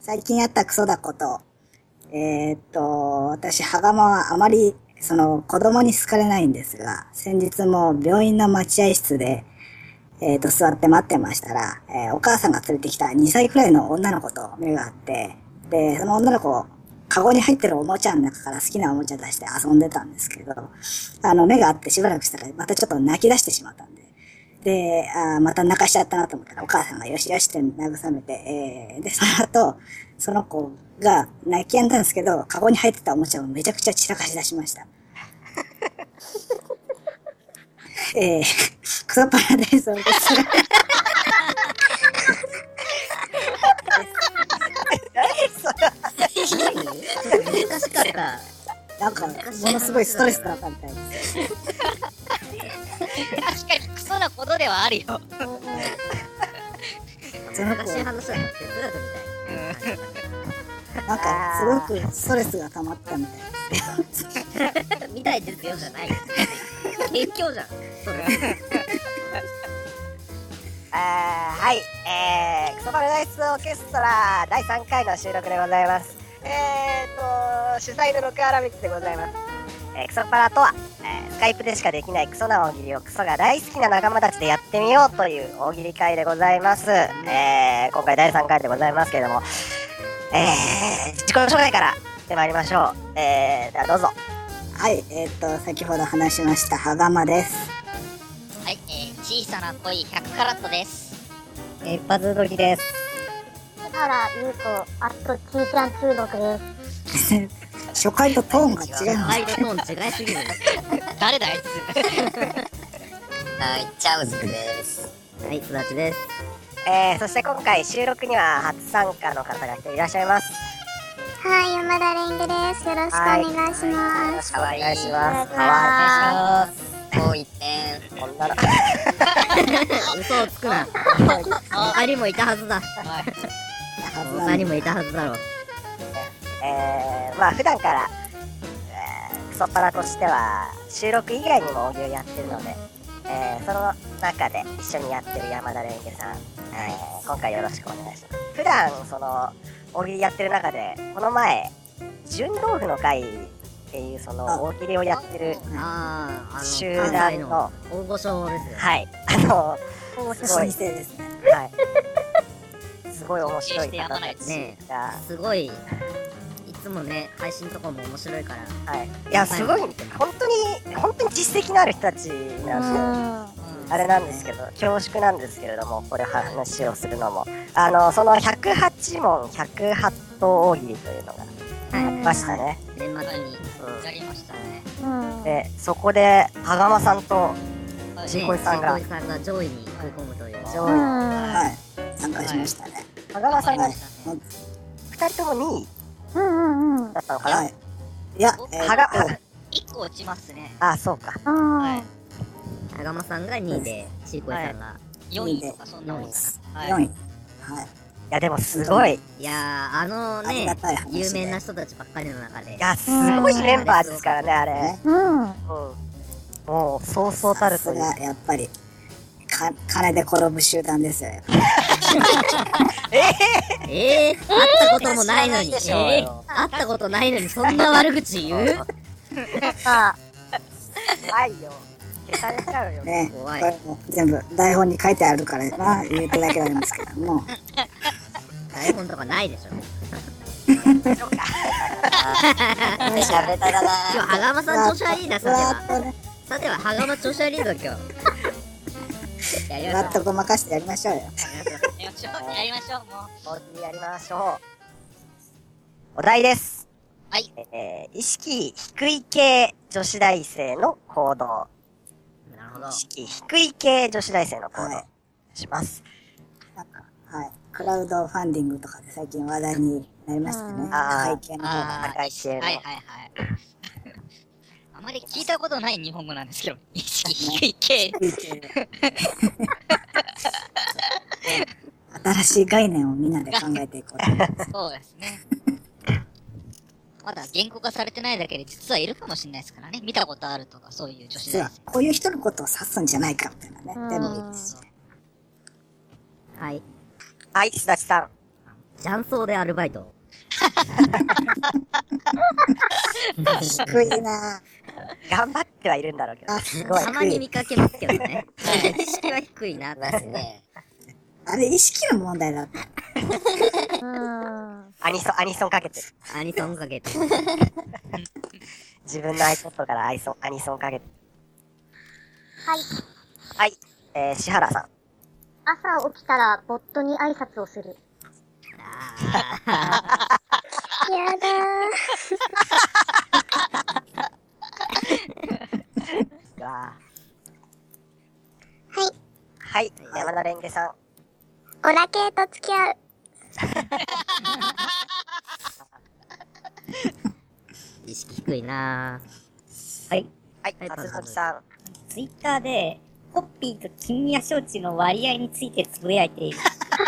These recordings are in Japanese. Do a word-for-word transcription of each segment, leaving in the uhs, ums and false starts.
最近あったクソだこと。えー、っと、私、羽釜はあまり、その、子供に好かれないんですが、先日も病院の待合室で、えー、っと、座って待ってましたら、えー、お母さんが連れてきたにさいくらいの女の子と目が合って、で、その女の子、カゴに入ってるおもちゃの中から好きなおもちゃ出して遊んでたんですけど、あの、目が合ってしばらくしたら、またちょっと泣き出してしまったんで、で、あまた泣かしちゃったなと思ったら、お母さんがよしよしって慰めて、えー、で、その後、その子が泣き止んだんですけど、カゴに入ってたおもちゃをめちゃくちゃ散らかし出しました。えー、クソパラダイスをです。 難しかった。 なんか、ものすごいストレスだったみたいです。 確かにクソなことではあるよ。 その子、 難しい話だった。哲学みたい。 なんか、すごくストレスが溜まったみたいです。 みたいですよじゃない。勉強じゃん。それ。 あーはい、えー、クソパラダイスオーケストラだいさんかいの収録でございます。えーと、主催の六原光でございます。えー、クソパラとは、えー、スカイプでしかできないクソな大喜利をクソが大好きな仲間たちでやってみようという大喜利会でございます。えー、今回だいさんかいでございますけれども、えー、自己紹介からしてまいりましょう。えー、ではどうぞ。 はい、えっと、先ほど話しました、羽釜です。 はい、えー、小さな恋ひゃくカラットです。 一発撮りです。 原優子、あとキーちゃん中毒です。 初回とトーンが違う。 初回とトーン違いすぎる。 誰だあいつ。 はい、チャウズクです。 はい、すだちです。 えー、そして今回収録には初参加の方が一人いらっしゃいます。 はい、山田レンゲです。よろしくお願いします。 よろしくお願いします。 かわいい。 もう一点。 女の嘘をつくな。他にもいたはずだ。他にもいたはずだろう。 えー、まあ普段から、えー、クソパラとしては収録以外にも大喜利をやってるので、えー、その中で一緒にやってる山田レンゲさん、えー、今回よろしくお願いします。普段その大喜利やってる中で、この前純豆腐の会っていうその大喜利をやってるあー、あの集団の大御所ですよ。 はい、あのすごいですね。 はい、すごい面白い方たちねが、 すごい。いつもね、配信とかも面白いから。 はい、いやすごい本当に本当に実績のある人たちなんですよ。あれなんですけど、恐縮なんですけれども、これ話をするのも、あのそのひゃくはち問ひゃくはち答大喜利というのがありましたね。 年末にやりましたね。 うん。 でそこで羽釜さんとちいこいさんがちいこいさんが上位に食い込むという。 上位、 うん。 はい、参加しましたね。 羽釜さんがはい。 ふたりともにいうんうんうん。 だったのかな。 はい。いや、えー、 はがは一個落ちますね。 あ、そうか。 あはい羽釜さんがにいで、ちいこいさんがよんいとかそんなもんかな。 よんい。 はい。 はい。 いやでもすごい、 いやー、あのありねがたい話、で有名な人たちばっかりの中で。 いやすごいメンバーですからね、あれ。 ね、 うん。 うん。もうそうそうたるという。 さすが、やっぱり、か、金で転ぶ集団ですよ。 えー、会ったこともないのに。 知らないでしょうよえー、会ったことないのにそんな悪口言う？ あ、 怖いよ。消されちゃうよ。 ね、こ怖いれも全部台本に書いてあるからな、言うてだけなんですけども。 台本とかないでしょ。 しゃべただな。 今日羽釜さん調子悪いな、さてふわはっとね、 さては羽釜調子悪いぞ今日。やりふましょう。 わっとごまかしてやりましょうよ。 やりましょう。やりましょう。もう。 大喜利やりましょう。お題です。 はい。 えー、意識低い系女子大生の行動。 なるほど意。識低い系女子大生の行動。 はいします。 なんか、はい。クラウドファンディングとかで最近話題になりましたね。 あー高い系の方が。 あ高い系のはいはいはい。あまり聞いたことない日本語なんですけど、意識低い系。 低い系新しい概念をみんなで考えていこうと思います。 そうですね。まだ言語化されてないだけで実はいるかもしれないですからね。見たことあるとか、そういう女子実は大生。、 こういう人のことを指すんじゃないかみたいなね。でもいいですしね。 はい。 はい、すだちさん。 雀荘でアルバイト。 低いな頑張ってはいるんだろうけど。 あ、 すごい。 たまに見かけますけどね。意識は低いな、 ますね。 あれ意識の問題だった。 うーん。 アニソン、アニソンかけてる。 アニソンかけて。 自分の iPod からアイソン、アニソンかけてる。 はい。 はい。えー、シハラさん。 朝起きたら、ボットに挨拶をする。やだうわー。はい。 ーはい。山田レンゲさん。 オラ系と付き合う。 意識低いなはい。 はい。 はい松崎さん。 ツイッターで、ホッピーと金宮焼酎の割合についてつぶやいている。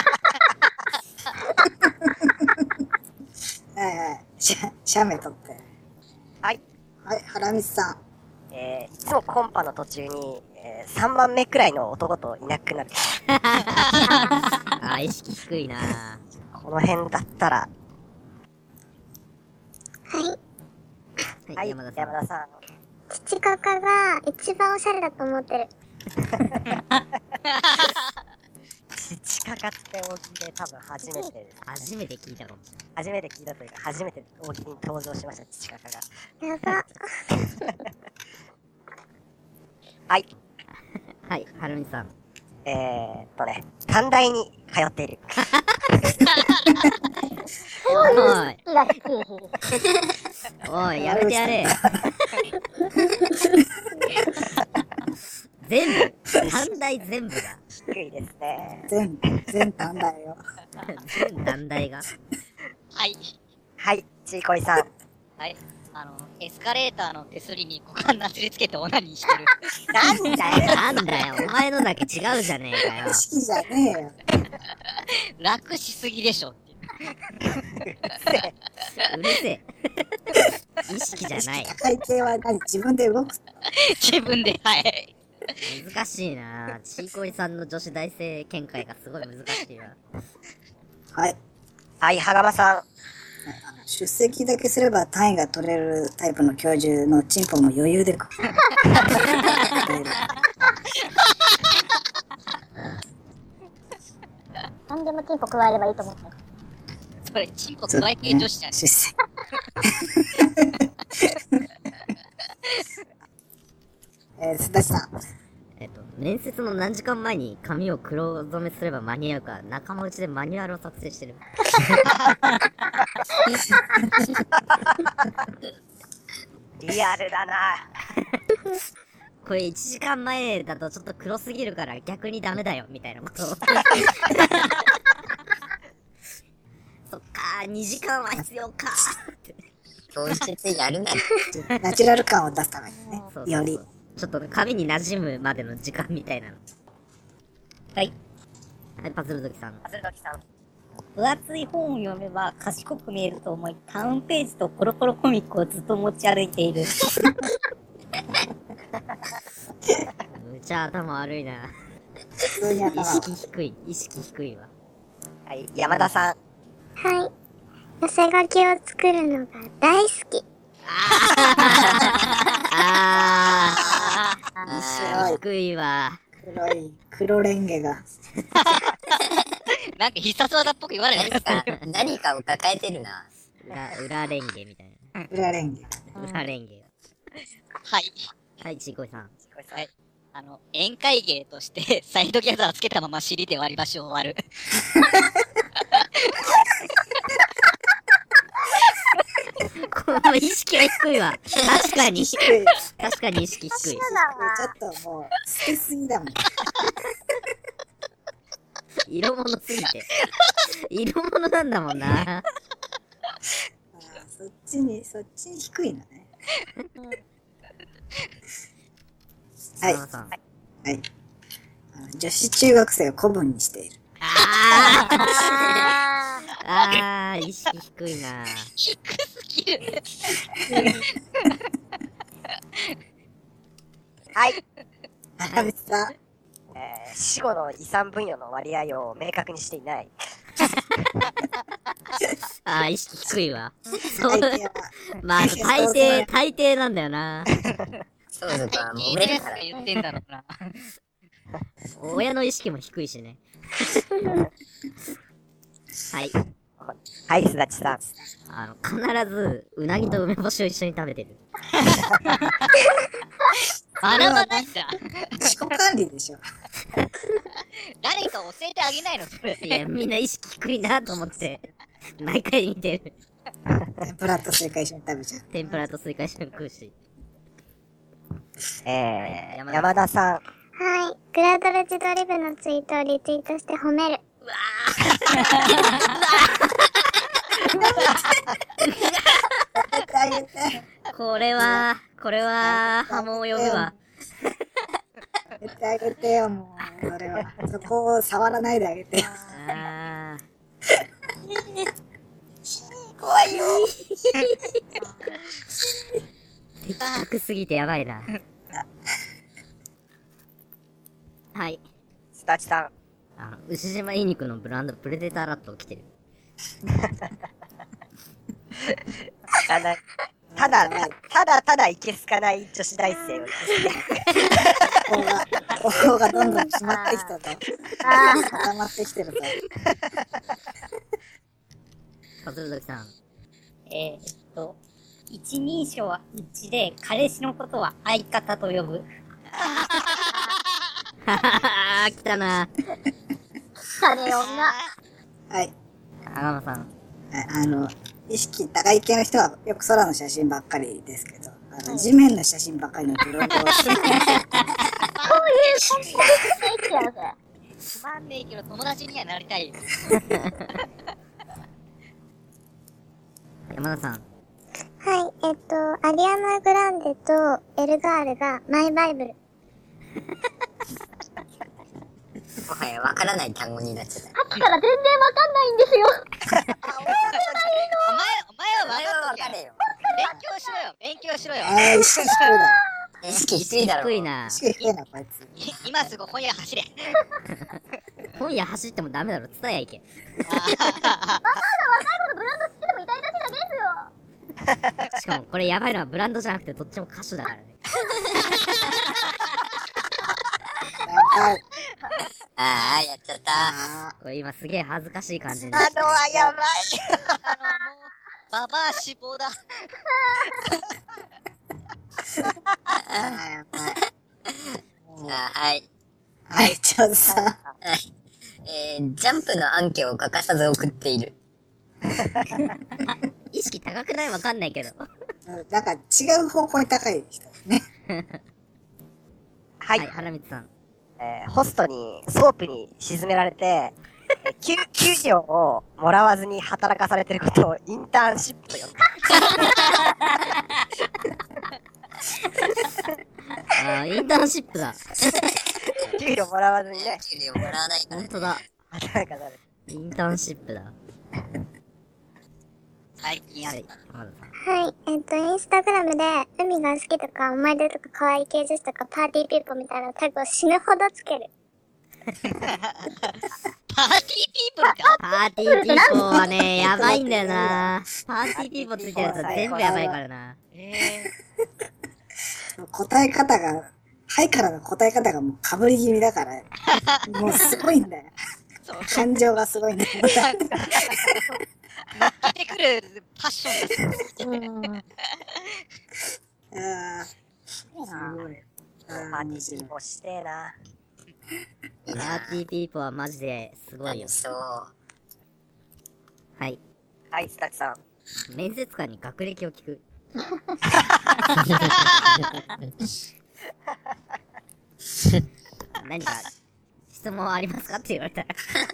はいはい。しゃ、写メ撮って。 はい。 はい、原光さん。 えー、いつもコンパの途中に、えー、さんばんめくらいの男といなくなる。 あ、意識低いなこの辺だったら、 はい。 は、 はいい、 山田さん。 山田さん。 父カカが一番おしゃれだと思ってる。 父かかって大喜利で多分初めてです。 初めて聞いたかもしれない。 初めて聞いたというか、初めて大喜利に登場しました、父かかが。 やば。 はい。 はい、はるみさん。 えーっとね、短大に通っている。 おい、 好きが好き。 おい、やめてやれ。全部、短大全部が。 低いですね。 全、全短大よ。 全短大が。 はい。 はい、ちいこいさん。 はい。あの、エスカレーターの手すりに股間なすりつけてオナニーしてる。 なんだよ。 なんだよ、お前のだけ違うじゃねえかよ意。識じゃねえよ。 楽しすぎでしょって。 うるせえ。意識じゃない。 会計は何自分で動く。 自分で、はい。 難しいなちいこいさんの女子大生見解がすごい難しいな。 はい。 はい、はがまさん。 あの出席だけすれば単位が取れるタイプの教授のチンポも余裕で。 何でもチンポ加えればいいと思ってる。 それ、チンポ加え系女子じゃん。 出席。えー、すだちさん。 えっと、面接の何時間前に髪を黒染めすれば間に合うか、仲間内でマニュアルを撮影してる。 リアルだな。 これいちじかんまえだとちょっと黒すぎるから逆にダメだよ、みたいなことを。そっかー、にじかんは必要かー。 教室やるな。 ナチュラル感を出すためにね。 そうそうそうより。 ちょっと髪に馴染むまでの時間みたいなの。 はい。 はい、パズルドキさん。 あずるどきさん。 分厚い本を読めば賢く見えると思い、タウンページとコロコロコミックをずっと持ち歩いている。 むちゃ頭悪いな。 普通に意頭を。 識低い、意識低いわ。 はい、山田さん。 はい。寄せ書きを作るのが大好き。 あー、意白い識低いわ。 黒い、黒レンゲが。 なんか必殺技っぽく言われてる。 何かを抱えてるな。 裏、裏レンゲみたい裏レンゲ。 な。裏レンゲが。 はい。 はい、ちいこいさん。 はい。あの、宴会芸として、サイドギャザーつけたまま尻で割り箸を割る。 この意識は低いわ。確かに。 低い。 確かに意識低い。 ちょっともう、捨てすぎだもん。 色物すぎて。色物なんだもんな。 あーそっちに、そっちに低いのね。はい。 山田さん。 はい。あの女子中学生を古文にしている。 あーああー、意識低いな。 低すぎる。 はい。 原光さん。 えー、死後の遺産分与の割合を明確にしていない。 あー、意識低いわ。そう、 大抵は。 まあ、大抵、大抵なんだよな。 相続は聞い揉めるからてるやつが。言ってんだろうな。 親の意識も低いしね。はい。 はい、すだちさん。 あの、必ず、うなぎと梅干しを一緒に食べてる。 学ばないんだ。 自己管理でしょ。 誰か教えてあげないのそれ。 いや、みんな意識低いなと思って、毎回見てる。 天ぷらとスイカ一緒に食べちゃう。 天ぷらとスイカ一緒に食うし。 えー、 山田山田さん。 はい。グラドル自撮り部のツイートをリツイートして褒める。 やってあげて。 これは、これは、波紋を呼ぶわ。 やってあげてよ、もう。それは。そこを触らないであげてよ。 あ怖いよ。 ー、的確すぎてやばいな。はい。 すだちさん。 あの、牛島いい肉のブランドプレデターラットを着てる。 ただ、ただ、ただただいけすかない女子大生を。 ここが、ここがどんどん決まってきたと。固まってきてると。 かずるどきさん。 えー、っと、一人称は一で、彼氏のことは相方と呼ぶ。 ははは来たな。 金女。 はい。 あがまさん。 はいあの、意識高い系の人はよく空の写真ばっかりですけど、あの、地面の写真ばっかりのブログをしてそういう感じで生きちゃうぜ。 つまんねえけど友達にはなりたいよ。 山田さん。 はい。えっと、アリアナ・グランデとエルガールがマイバイブル。 もはやわからない単語になっちゃった。 さっきから全然わかんないんですよ。 お前、お前はお前は分かっとけわかれよ。 勉強しろよ、勉強しろよ。 ああ、意識低いだ。 意識低いだろ。 低いな意。識低いな、こいつ。 い今すぐ本屋走れ。 本屋走ってもダメだろ、伝えやいけ。しかもこれやばいのはブランドじゃなくてどっちも歌手だからね。 はい。 ああ、やっちゃった。 あこれ今すげえ恥ずかしい感じにあなってのはやばい。 あの、もう、ババア志望だ。 あ、やばい。 あはい。 はい、ちょっとさ、 えー、ジャンプのアンケを欠かさず送っている。 意識高くないわかんないけど。 うんなんか違う方向に高い人ですね。 はい。 はい、原光さん。 えー、ホストに、ソープに沈められて、えー給、給料をもらわずに働かされてることをインターンシップと呼ぶ。 あー、インターンシップだ。 給料もらわずにね、 給料もらわないからね。 ほんとだ。 働かされる。 インターンシップだ。 最近あはいっ、 山田さん。 はい。えっと、インスタグラムで、海が好きとか、思い出とか、可愛い系女子とか、パーティーピーポーみたいなタグを死ぬほどつける。 パーティーピープルってあっパーティーピーポーはね、やばいんだよな。パーティーピーポーついてるやつは全部やばいからな。 え答え方が、はいからの答え方がもう被り気味だから、もうすごいんだよ。 そう感情がすごいんだよ。 ー、出てくるパッションがすごい。 ああ、すごい。 パーティーピーポーしてえな。 パーティーピーポーはマジですごいよ。 そう。 はい。 はい、スタッフさん。 面接官に学歴を聞く。何か質問ありますかって言われたら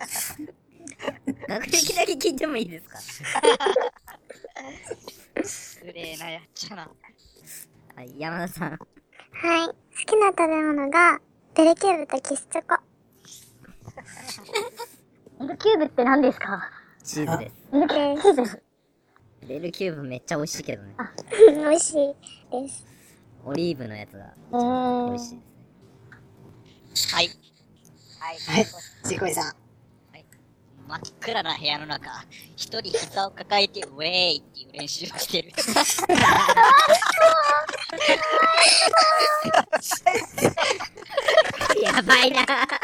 学歴だけ聞いてもいいですか。 失礼なやっちゃな。 はい、山田さん。 はい。好きな食べ物が、ベルキューブとキスチョコ。ベルキューブって何ですか？ チーズです。 ベルキューブ。 ベルキューブめっちゃ美味しいけどね。 美味しいです。 オリーブのやつがえー美味しいですね。 はい。 はい。 はい、ちいこいさん。 真っ暗な部屋の中、一人膝を抱えてウェーイっていう練習をしてる。 やばいな。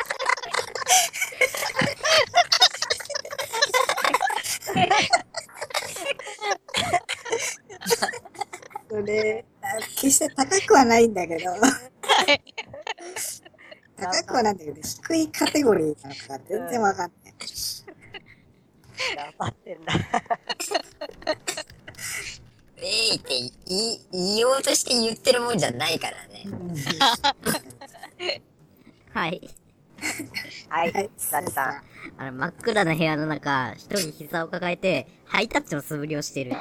それ、決して高くはないんだけど、高くはないんだけど、低いカテゴリーなのか全然わかんない。 頑張ってんだ。 えいって言い、言おうとして言ってるもんじゃないからね。 はい。 はい、 はいダルさん。 あの、真っ暗な部屋の中、一人膝を抱えて、ハイタッチの素振りをしてる。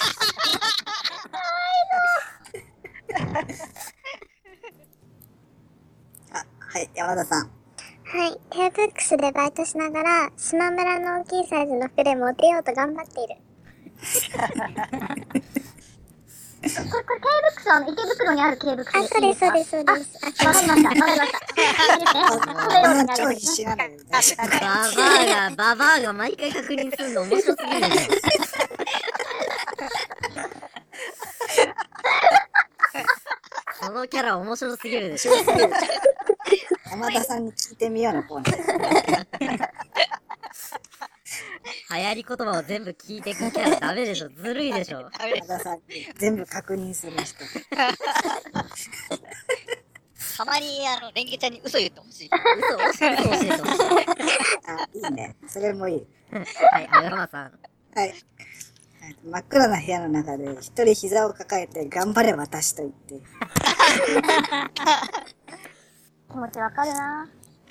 あ、はい、山田さん。 はい。テーブックスでバイトしながら、島村の大きいサイズの服でモテようと頑張っている。 これ、これ、ケーブックスはあの、池袋にあるケーブックスあ、そうです、そうです、そうです。あ、 わかりました、わかりました。 こんな超必死なのに大丈夫ババアが、ババアが毎回確認するの面白すぎるね。そのキャラ面白すぎるでしょ。 山田さんに聞いてみようのコーナー。 流行り言葉を全部聞いていくキャラダメでしょ。ずるいでしょ。 山田さんに全部確認する人。 たまに、あの、レンゲちゃんに嘘言ってほしい。 嘘、嘘、嘘教えてほしい。 あ、いいね。それもいい。 はい、青山さん。 はい。真っ暗な部屋の中で一人膝を抱えて頑張れ私と言って。 気持ちわかるな。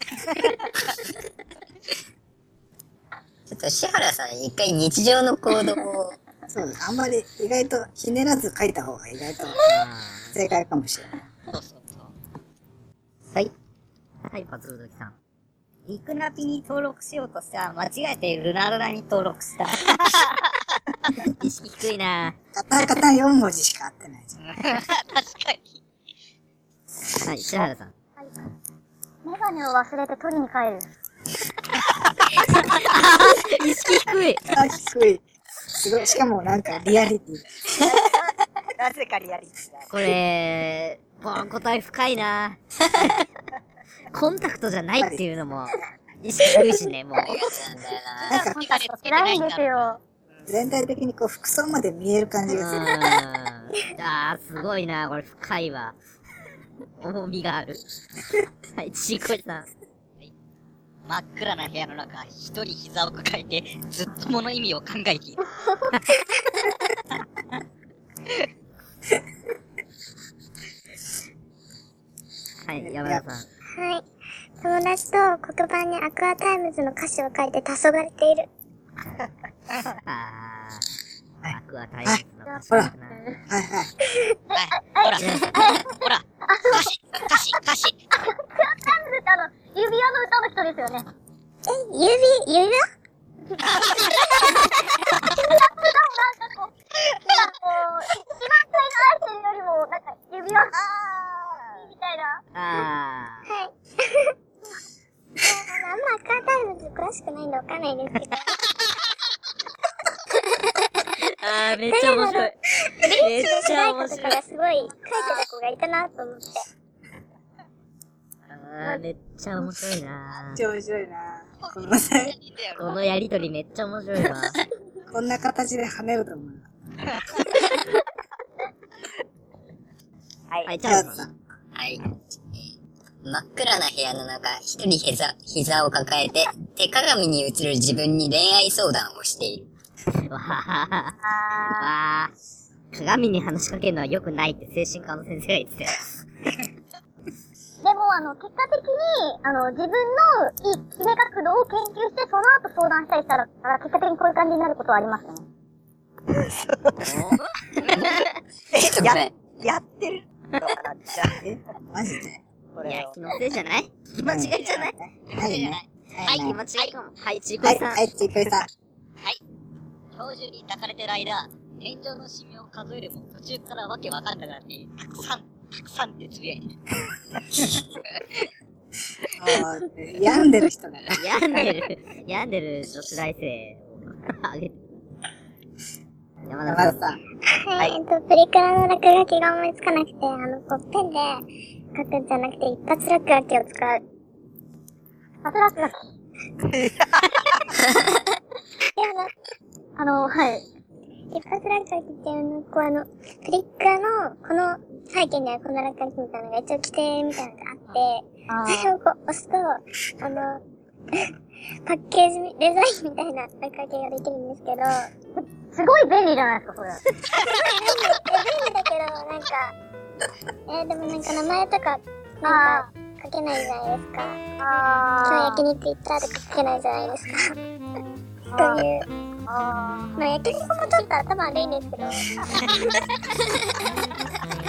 ちょっと志原さん一回日常の行動を、 そうです。あんまり意外とひねらず書いた方が意外と正解かもしれない。 そうそうそう。 はい。はい、パズルドキさん。 リクナピに登録しようとしたら、間違えてルナルナに登録した。 意識低いなカタカタよん文字しか合ってないじゃん。 確かに。 はい、白原さん。 メガネを忘れて取りに帰る。 意識低い。 あ、低い。すごい。しかもなんかリアリティ。 なぜかリアリティだ。 これ、この答え深いなコンタクトじゃないっていうのも、意識低いしね、もう。 なんだよな。 なんかコンタクトしてないんですよ。 全体的にこう服装まで見える感じうがする。 ーん。あー、すごいなこれ深いわ。重みがある。はい、ちいこいさん。 真っ暗な部屋の中、一人膝を抱えて、ずっともの意味を考えている。 はい、山田さん。 はい。友達と黒板にアクアタイムズの歌詞を書いて黄昏れている。 あー、アクアタイムズの歌詞ほらかな。 はいはい。 はい、ほら、ほら、歌詞、歌詞、歌詞。 クラタイムズってあの、指輪の歌の人ですよね。 え、指、指輪なんかこう、なんかこう、一番最初愛してるよりも、なんか指輪、みたいな。 あはい。あんまアクアタイムズ詳しくないんでわかんないですけど。 ー。あー、めっちゃ面白い。めっちゃ面と白い。 かがすごい書いてた子がいたなと思って。 あー、めっちゃ面白いな超面白いなこのね、 このやりとりめっちゃ面白いわ。 こんな形で跳ねると思う。 はい。 はい、チじゃあさャンスさん。 はい。真っ暗な部屋の中、一人膝、膝を抱えて、手鏡に映る自分に恋愛相談をしている。 わははわー。鏡に話しかけるのは良くないって精神科の先生が言ってたよ。 でも、あの、結果的に、あの、自分のいい決め角度を研究して、その後相談したりしたら、あ結果的にこういう感じになることはありますよね。 え、や、やってるのかなじゃあ、 え、マジでこいや、 れを。 気のせいじゃない聞き間違いじゃないはいね。 はい、 はい気間違いかも。はい、ちいこはいい、 さん。 はい、ちいこいさん。 はい。教授に抱かれてる間、天井のシミを数えるも途中からわけわかんなくなって、たくさん、たくさんってつぶやいてる。 病んでる人だね。 病んでる、病んでる女子大生をあげて。山田さん。 山田さん。 はい、えっと、プリクラの落書きが思いつかなくて、あの、こう、ペンで書くんじゃなくて、一発落書きを使う。 一発落書き。いや、あの、はい。 一発落書きっていうの、こうあの、プリクラの、この背景にはこの落書きみたいなのが一応規定みたいなのがあって、それをこう押すと、あの、パッケージ、デザインみたいな落書きができるんですけど、 すごい便利じゃないですか、それ。 え、便利だけど、なんか、えー、でもなんか名前とか、なんか、書けないじゃないですか。今日焼肉行ったとか書けないじゃないですか。という。まあ焼肉もちょっと頭悪いんですけど。